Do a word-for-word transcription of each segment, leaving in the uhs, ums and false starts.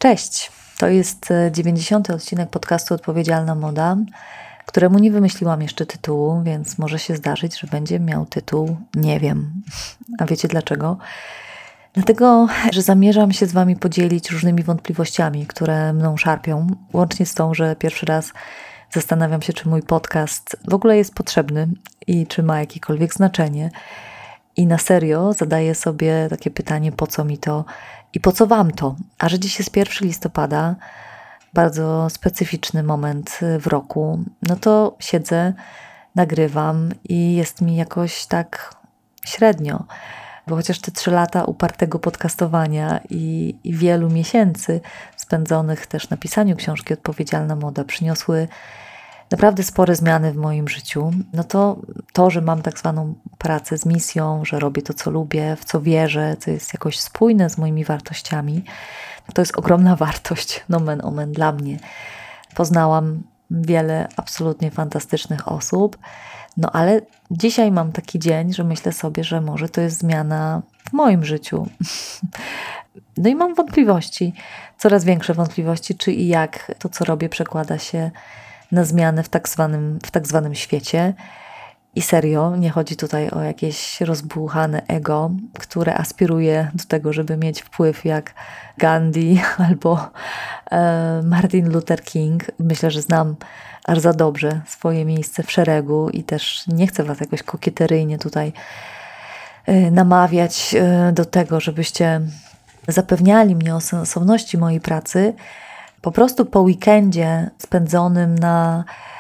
Cześć, to jest dziewięćdziesiąty odcinek podcastu Odpowiedzialna Moda, któremu nie wymyśliłam jeszcze tytułu, więc może się zdarzyć, że będzie miał tytuł Nie wiem. A wiecie dlaczego? Dlatego, że zamierzam się z Wami podzielić różnymi wątpliwościami, które mną szarpią, łącznie z tą, że pierwszy raz zastanawiam się, czy mój podcast w ogóle jest potrzebny i czy ma jakiekolwiek znaczenie. I na serio zadaję sobie takie pytanie, po co mi to i po co Wam to? A że dziś jest pierwszego listopada, bardzo specyficzny moment w roku, no to siedzę, nagrywam i jest mi jakoś tak średnio. Bo chociaż te trzy lata upartego podcastowania i, i wielu miesięcy spędzonych też na pisaniu książki Odpowiedzialna Moda przyniosły naprawdę spore zmiany w moim życiu, no to to, że mam tak zwaną pracę z misją, że robię to, co lubię, w co wierzę, co jest jakoś spójne z moimi wartościami, to jest ogromna wartość, nomen omen, dla mnie. Poznałam wiele absolutnie fantastycznych osób, no ale dzisiaj mam taki dzień, że myślę sobie, że może to jest zmiana w moim życiu. No i mam wątpliwości, coraz większe wątpliwości, czy i jak to, co robię, przekłada się na zmiany w tak zwanym, w tak zwanym świecie. I serio, nie chodzi tutaj o jakieś rozbuchane ego, które aspiruje do tego, żeby mieć wpływ jak Gandhi albo e, Martin Luther King. Myślę, że znam aż za dobrze swoje miejsce w szeregu i też nie chcę Was jakoś kokieteryjnie tutaj e, namawiać e, do tego, żebyście zapewniali mnie o sensowności mojej pracy. Po prostu po weekendzie spędzonym na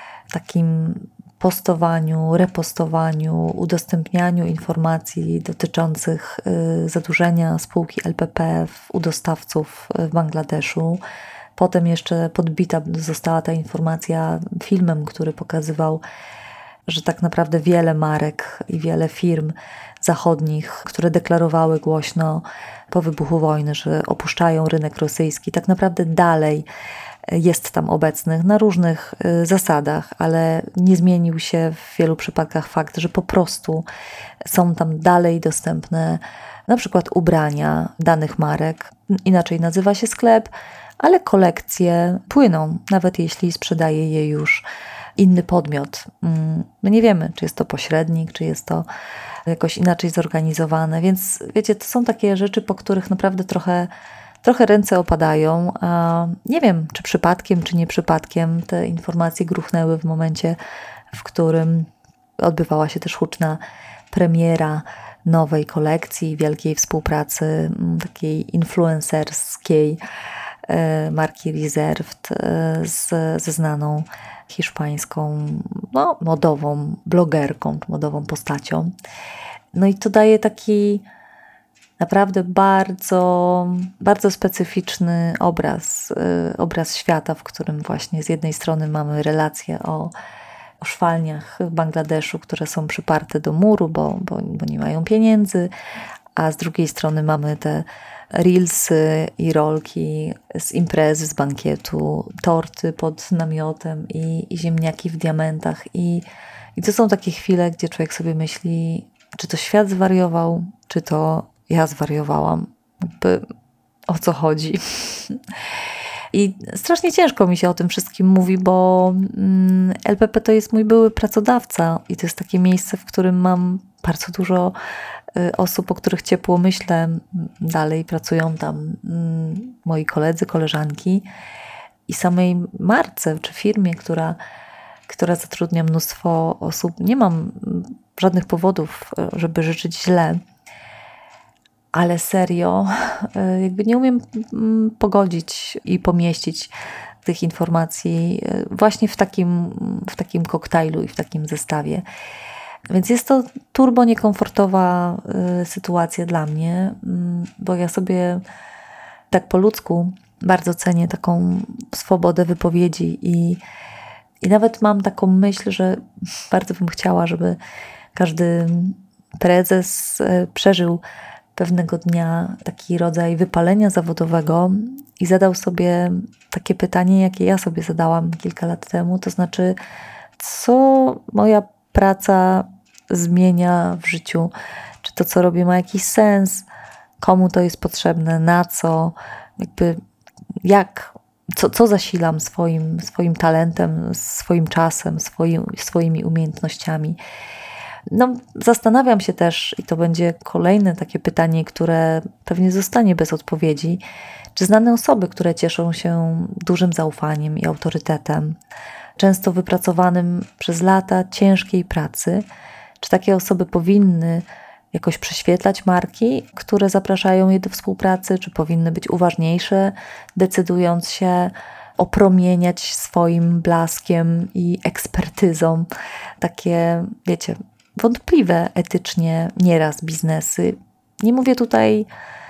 takim postowaniu, repostowaniu, udostępnianiu informacji dotyczących zadłużenia spółki L P P u dostawców w Bangladeszu. Potem jeszcze podbita została ta informacja filmem, który pokazywał, że tak naprawdę wiele marek i wiele firm zachodnich, które deklarowały głośno po wybuchu wojny, że opuszczają rynek rosyjski, tak naprawdę dalej jest tam obecnych na różnych zasadach, ale nie zmienił się w wielu przypadkach fakt, że po prostu są tam dalej dostępne na przykład ubrania danych marek. Inaczej nazywa się sklep, ale kolekcje płyną, nawet jeśli sprzedaje je już inny podmiot. My nie wiemy, czy jest to pośrednik, czy jest to jakoś inaczej zorganizowane, więc wiecie, to są takie rzeczy, po których naprawdę trochę, trochę ręce opadają. A nie wiem, czy przypadkiem, czy nie przypadkiem te informacje gruchnęły w momencie, w którym odbywała się też huczna premiera nowej kolekcji, wielkiej współpracy takiej influencerskiej marki Reserved z, ze znaną hiszpańską, no, modową blogerką, modową postacią. No i to daje taki naprawdę bardzo, bardzo specyficzny obraz, obraz świata, w którym właśnie z jednej strony mamy relacje o, o szwalniach w Bangladeszu, które są przyparte do muru, bo, bo, bo nie mają pieniędzy, a z drugiej strony mamy te reelsy i rolki z imprezy, z bankietu, torty pod namiotem i, i ziemniaki w diamentach. I, I to są takie chwile, gdzie człowiek sobie myśli, czy to świat zwariował, czy to ja zwariowałam. Jakby o co chodzi. I strasznie ciężko mi się o tym wszystkim mówi, bo L P P to jest mój były pracodawca i to jest takie miejsce, w którym mam bardzo dużo osób, o których ciepło myślę. Dalej pracują tam moi koledzy, koleżanki i samej marce czy firmie, która, która zatrudnia mnóstwo osób. Nie mam żadnych powodów, żeby życzyć źle, ale serio, jakby nie umiem pogodzić i pomieścić tych informacji właśnie w takim, w takim koktajlu i w takim zestawie. Więc jest to turbo niekomfortowa y, sytuacja dla mnie, y, bo ja sobie tak po ludzku bardzo cenię taką swobodę wypowiedzi i, i nawet mam taką myśl, że bardzo bym chciała, żeby każdy prezes y, przeżył pewnego dnia taki rodzaj wypalenia zawodowego i zadał sobie takie pytanie, jakie ja sobie zadałam kilka lat temu, to znaczy, co moja praca zmienia w życiu, czy to, co robię, ma jakiś sens, komu to jest potrzebne, na co, jakby jak, co, co zasilam swoim, swoim talentem, swoim czasem, swoim, swoimi umiejętnościami. No, zastanawiam się też, i to będzie kolejne takie pytanie, które pewnie zostanie bez odpowiedzi, czy znane osoby, które cieszą się dużym zaufaniem i autorytetem, często wypracowanym przez lata ciężkiej pracy, czy takie osoby powinny jakoś prześwietlać marki, które zapraszają je do współpracy, czy powinny być uważniejsze, decydując się opromieniać swoim blaskiem i ekspertyzą takie, wiecie, wątpliwe etycznie nieraz biznesy. Nie mówię tutaj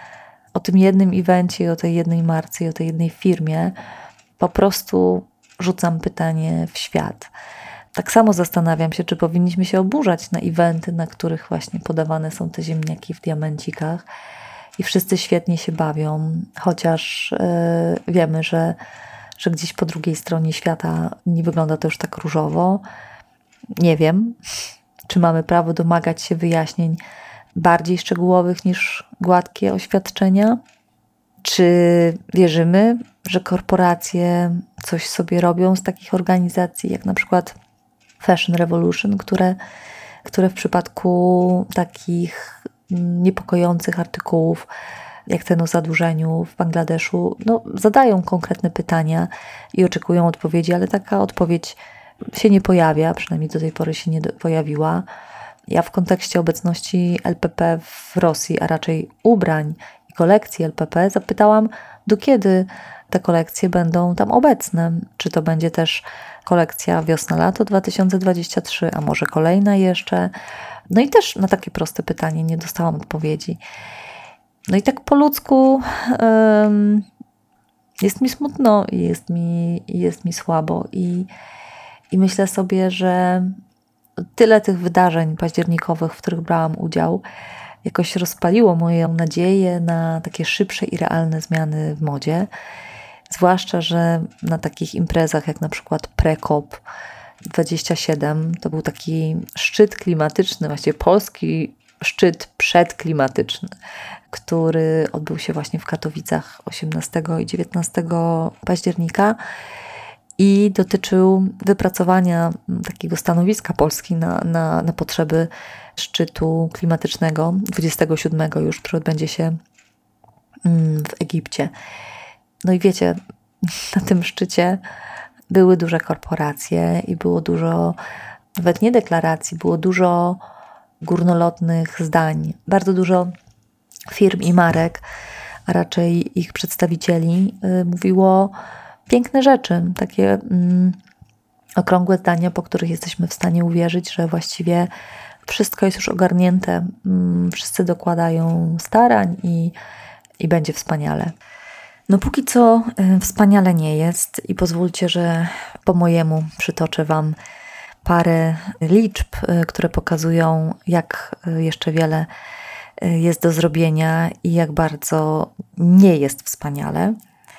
o tym jednym evencie, o tej jednej marce i o tej jednej firmie. Po prostu rzucam pytanie w świat. Tak samo zastanawiam się, czy powinniśmy się oburzać na eventy, na których właśnie podawane są te ziemniaki w diamencikach i wszyscy świetnie się bawią, chociaż yy, wiemy, że, że gdzieś po drugiej stronie świata nie wygląda to już tak różowo. Nie wiem, czy mamy prawo domagać się wyjaśnień bardziej szczegółowych niż gładkie oświadczenia? Czy wierzymy, że korporacje coś sobie robią z takich organizacji, jak na przykład Fashion Revolution, które, które w przypadku takich niepokojących artykułów, jak ten o zadłużeniu w Bangladeszu, no, zadają konkretne pytania i oczekują odpowiedzi, ale taka odpowiedź się nie pojawia, przynajmniej do tej pory się nie pojawiła. Ja w kontekście obecności L P P w Rosji, a raczej ubrań i kolekcji L P P, zapytałam, do kiedy te kolekcje będą tam obecne. Czy to będzie też kolekcja wiosna-lato dwa tysiące dwudziesty trzeci, a może kolejna jeszcze? No i też na takie proste pytanie nie dostałam odpowiedzi. No i tak po ludzku um, jest mi smutno i jest mi, jest mi słabo i, i myślę sobie, że tyle tych wydarzeń październikowych, w których brałam udział, jakoś rozpaliło moją nadzieję na takie szybsze i realne zmiany w modzie. Zwłaszcza, że na takich imprezach jak na przykład Prekop dwadzieścia siedem, to był taki szczyt klimatyczny, właściwie polski szczyt przedklimatyczny, który odbył się właśnie w Katowicach osiemnastego i dziewiętnastego października i dotyczył wypracowania takiego stanowiska Polski na, na, na potrzeby szczytu klimatycznego dwudziestego siódmego już, który odbędzie się w Egipcie. No i wiecie, na tym szczycie były duże korporacje i było dużo, nawet nie deklaracji, było dużo górnolotnych zdań, bardzo dużo firm i marek, a raczej ich przedstawicieli y, mówiło piękne rzeczy, takie mm, okrągłe zdania, po których jesteśmy w stanie uwierzyć, że właściwie wszystko jest już ogarnięte, mm, wszyscy dokładają starań i, i będzie wspaniale. No póki co y, wspaniale nie jest i pozwólcie, że po mojemu przytoczę Wam parę liczb, y, które pokazują, jak y, jeszcze wiele y, jest do zrobienia i jak bardzo nie jest wspaniale.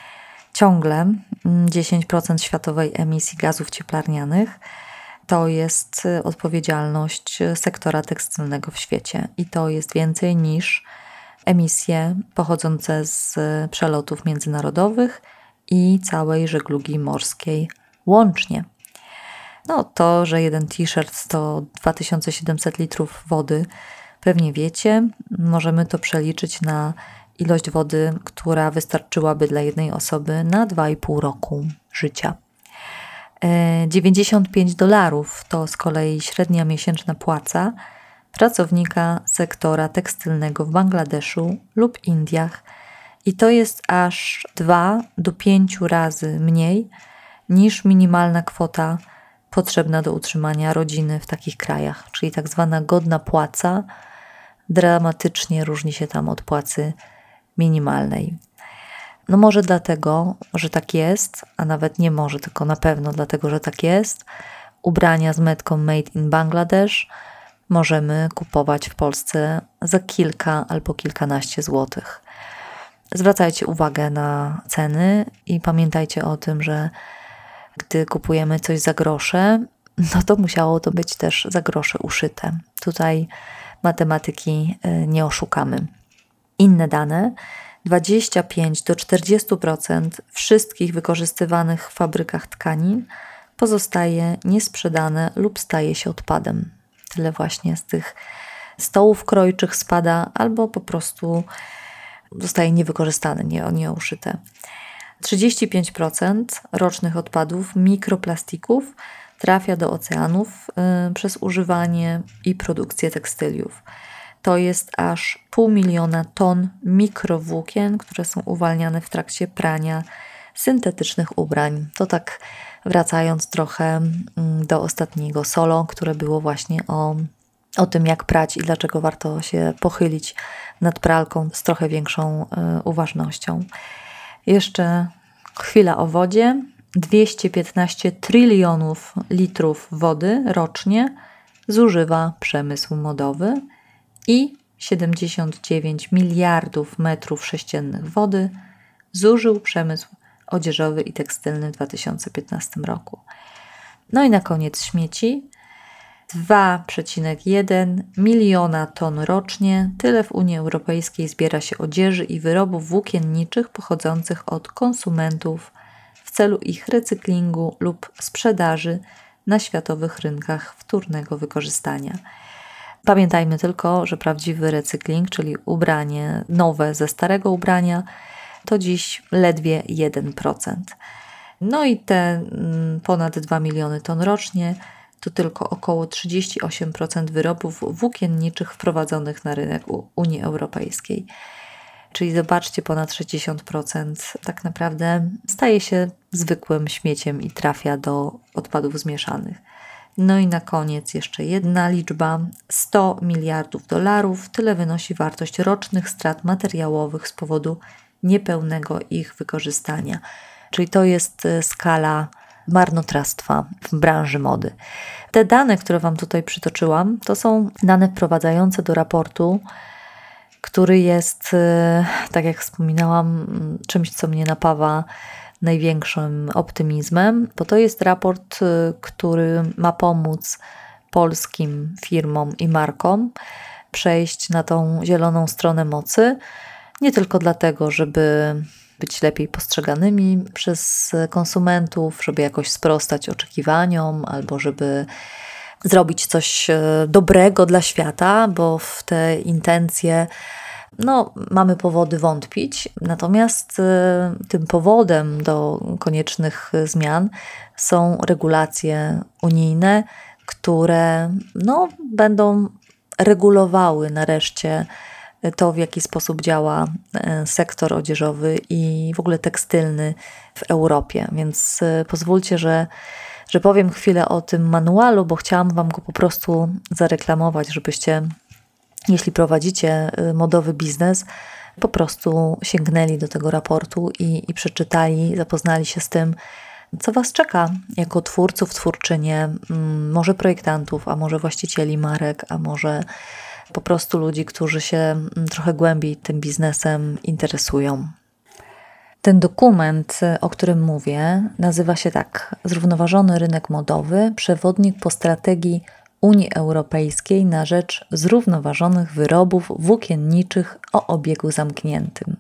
Ciągle dziesięć procent światowej emisji gazów cieplarnianych to jest odpowiedzialność sektora tekstylnego w świecie i to jest więcej niż emisje pochodzące z przelotów międzynarodowych i całej żeglugi morskiej łącznie. No to, że jeden t-shirt to dwa tysiące siedemset litrów wody, pewnie wiecie. Możemy to przeliczyć na ilość wody, która wystarczyłaby dla jednej osoby na dwa i pół roku życia. dziewięćdziesiąt pięć dolarów to z kolei średnia miesięczna płaca pracownika sektora tekstylnego w Bangladeszu lub Indiach i to jest aż dwa do pięciu razy mniej niż minimalna kwota potrzebna do utrzymania rodziny w takich krajach, czyli tak zwana godna płaca dramatycznie różni się tam od płacy minimalnej. No może dlatego, że tak jest, a nawet nie może, tylko na pewno dlatego, że tak jest, ubrania z metką Made in Bangladesh możemy kupować w Polsce za kilka albo kilkanaście złotych. Zwracajcie uwagę na ceny i pamiętajcie o tym, że gdy kupujemy coś za grosze, no to musiało to być też za grosze uszyte. Tutaj matematyki nie oszukamy. Inne dane dwadzieścia pięć do czterdziestu procent wszystkich wykorzystywanych w fabrykach tkanin pozostaje niesprzedane lub staje się odpadem. Tyle właśnie z tych stołów krojczych spada albo po prostu zostaje niewykorzystane, nie, nie uszyte. trzydzieści pięć procent rocznych odpadów mikroplastików trafia do oceanów y, przez używanie i produkcję tekstyliów. To jest aż pół miliona ton mikrowłókien, które są uwalniane w trakcie prania syntetycznych ubrań. To tak wracając trochę do ostatniego solo, które było właśnie o, o tym, jak prać i dlaczego warto się pochylić nad pralką z trochę większą y, uważnością. Jeszcze chwila o wodzie. dwieście piętnaście trylionów litrów wody rocznie zużywa przemysł modowy i siedemdziesiąt dziewięć miliardów metrów sześciennych wody zużył przemysł odzieżowy i tekstylny w dwa tysiące piętnastym roku. No i na koniec śmieci. dwa przecinek jeden miliona ton rocznie. Tyle w Unii Europejskiej zbiera się odzieży i wyrobów włókienniczych pochodzących od konsumentów w celu ich recyklingu lub sprzedaży na światowych rynkach wtórnego wykorzystania. Pamiętajmy tylko, że prawdziwy recykling, czyli ubranie nowe ze starego ubrania, to dziś ledwie jeden procent. No i te ponad dwa miliony ton rocznie to tylko około trzydzieści osiem procent wyrobów włókienniczych wprowadzonych na rynek Unii Europejskiej. Czyli zobaczcie, ponad sześćdziesiąt procent tak naprawdę staje się zwykłym śmieciem i trafia do odpadów zmieszanych. No i na koniec jeszcze jedna liczba. sto miliardów dolarów. Tyle wynosi wartość rocznych strat materiałowych z powodu niepełnego ich wykorzystania. Czyli to jest skala marnotrawstwa w branży mody. Te dane, które Wam tutaj przytoczyłam, to są dane wprowadzające do raportu, który jest, tak jak wspominałam, czymś, co mnie napawa największym optymizmem, bo to jest raport, który ma pomóc polskim firmom i markom przejść na tą zieloną stronę mocy, nie tylko dlatego, żeby być lepiej postrzeganymi przez konsumentów, żeby jakoś sprostać oczekiwaniom albo żeby zrobić coś dobrego dla świata, bo w te intencje no, mamy powody wątpić. Natomiast y, tym powodem do koniecznych zmian są regulacje unijne, które no, będą regulowały nareszcie to, w jaki sposób działa sektor odzieżowy i w ogóle tekstylny w Europie. Więc pozwólcie, że, że powiem chwilę o tym manualu, bo chciałam Wam go po prostu zareklamować, żebyście, jeśli prowadzicie modowy biznes, po prostu sięgnęli do tego raportu i, i przeczytali, zapoznali się z tym, co Was czeka jako twórców, twórczynie, może projektantów, a może właścicieli marek, a może po prostu ludzi, którzy się trochę głębiej tym biznesem interesują. Ten dokument, o którym mówię, nazywa się tak: Zrównoważony rynek modowy, przewodnik po strategii Unii Europejskiej na rzecz zrównoważonych wyrobów włókienniczych o obiegu zamkniętym.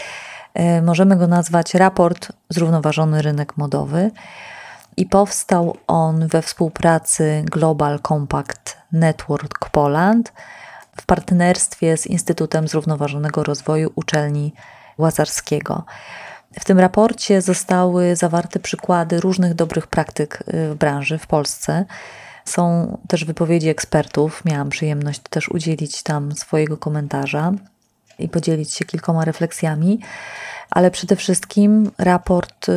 Możemy go nazwać raport Zrównoważony rynek modowy i powstał on we współpracy Global Compact Network Poland w partnerstwie z Instytutem Zrównoważonego Rozwoju Uczelni Łazarskiego. W tym raporcie zostały zawarte przykłady różnych dobrych praktyk w branży w Polsce. Są też wypowiedzi ekspertów. Miałam przyjemność też udzielić tam swojego komentarza i podzielić się kilkoma refleksjami, ale przede wszystkim raport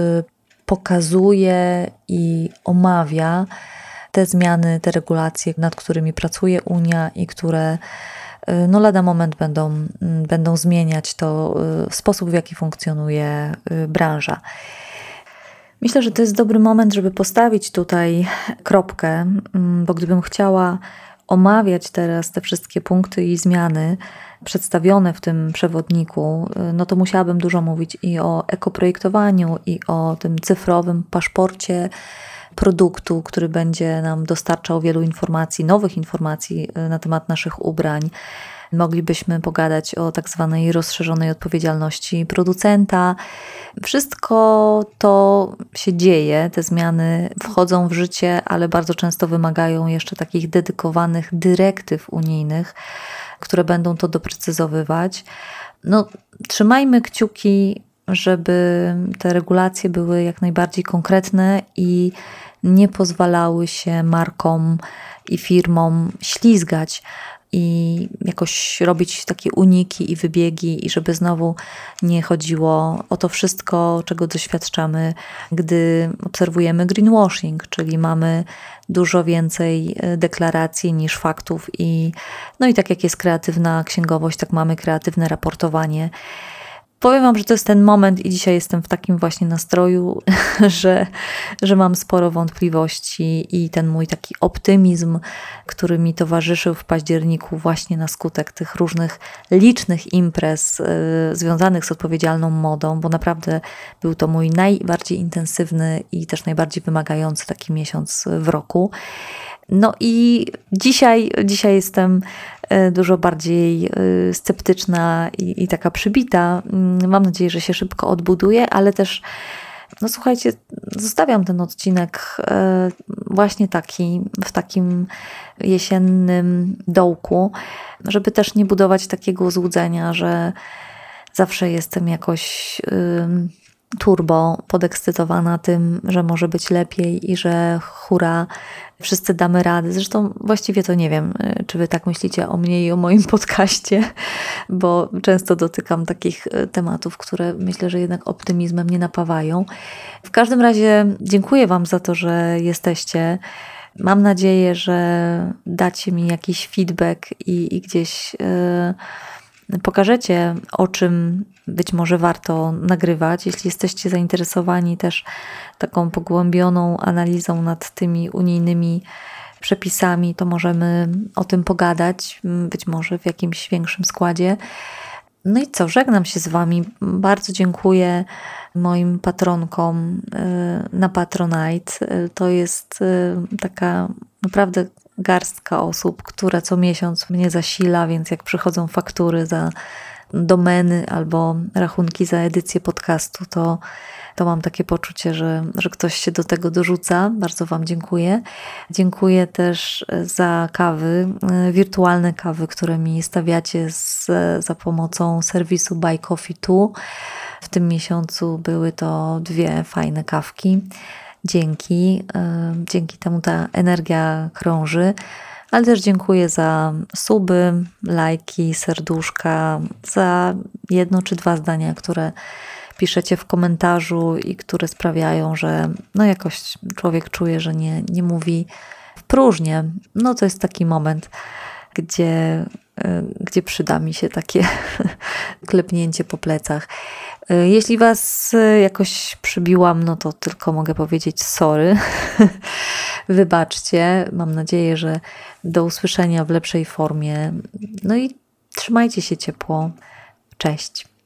pokazuje i omawia te zmiany, te regulacje, nad którymi pracuje Unia i które no lada moment będą, będą zmieniać to sposób, w jaki funkcjonuje branża. Myślę, że to jest dobry moment, żeby postawić tutaj kropkę, bo gdybym chciała omawiać teraz te wszystkie punkty i zmiany przedstawione w tym przewodniku, no to musiałabym dużo mówić i o ekoprojektowaniu, i o tym cyfrowym paszporcie produktu, który będzie nam dostarczał wielu informacji, nowych informacji na temat naszych ubrań. Moglibyśmy pogadać o tak zwanej rozszerzonej odpowiedzialności producenta. Wszystko to się dzieje, te zmiany wchodzą w życie, ale bardzo często wymagają jeszcze takich dedykowanych dyrektyw unijnych, które będą to doprecyzowywać. No, trzymajmy kciuki, żeby te regulacje były jak najbardziej konkretne i nie pozwalały się markom i firmom ślizgać i jakoś robić takie uniki i wybiegi, i żeby znowu nie chodziło o to wszystko, czego doświadczamy, gdy obserwujemy greenwashing, czyli mamy dużo więcej deklaracji niż faktów i no i tak jak jest kreatywna księgowość, tak mamy kreatywne raportowanie. Powiem Wam, że to jest ten moment i dzisiaj jestem w takim właśnie nastroju, że, że mam sporo wątpliwości i ten mój taki optymizm, który mi towarzyszył w październiku właśnie na skutek tych różnych licznych imprez y, związanych z odpowiedzialną modą, bo naprawdę był to mój najbardziej intensywny i też najbardziej wymagający taki miesiąc w roku. No i dzisiaj, dzisiaj jestem dużo bardziej sceptyczna i, i taka przybita. Mam nadzieję, że się szybko odbuduję, ale też, no słuchajcie, zostawiam ten odcinek właśnie taki, w takim jesiennym dołku, żeby też nie budować takiego złudzenia, że zawsze jestem jakoś turbo podekscytowana tym, że może być lepiej i że hura, wszyscy damy radę. Zresztą właściwie to nie wiem, czy wy tak myślicie o mnie i o moim podcaście, bo często dotykam takich tematów, które myślę, że jednak optymizmem nie napawają. W każdym razie dziękuję Wam za to, że jesteście. Mam nadzieję, że dacie mi jakiś feedback i, i gdzieś yy, pokażecie, o czym być może warto nagrywać. Jeśli jesteście zainteresowani też taką pogłębioną analizą nad tymi unijnymi przepisami, to możemy o tym pogadać, być może w jakimś większym składzie. No i co, żegnam się z Wami. Bardzo dziękuję moim patronkom na Patronite. To jest taka naprawdę garstka osób, która co miesiąc mnie zasila, więc jak przychodzą faktury za domeny albo rachunki za edycję podcastu, to, to mam takie poczucie, że, że ktoś się do tego dorzuca. Bardzo Wam dziękuję. Dziękuję też za kawy, wirtualne kawy, które mi stawiacie z, za pomocą serwisu Buy Coffee dwa. W tym miesiącu były to dwie fajne kawki. Dzięki. Dzięki temu ta energia krąży. Ale też dziękuję za suby, lajki, serduszka, za jedno czy dwa zdania, które piszecie w komentarzu i które sprawiają, że no jakoś człowiek czuje, że nie, nie mówi w próżnię. No to jest taki moment, gdzie, gdzie przyda mi się takie klepnięcie po plecach. Jeśli Was jakoś przybiłam, no to tylko mogę powiedzieć sorry. Wybaczcie. Mam nadzieję, że do usłyszenia w lepszej formie. No i trzymajcie się ciepło. Cześć.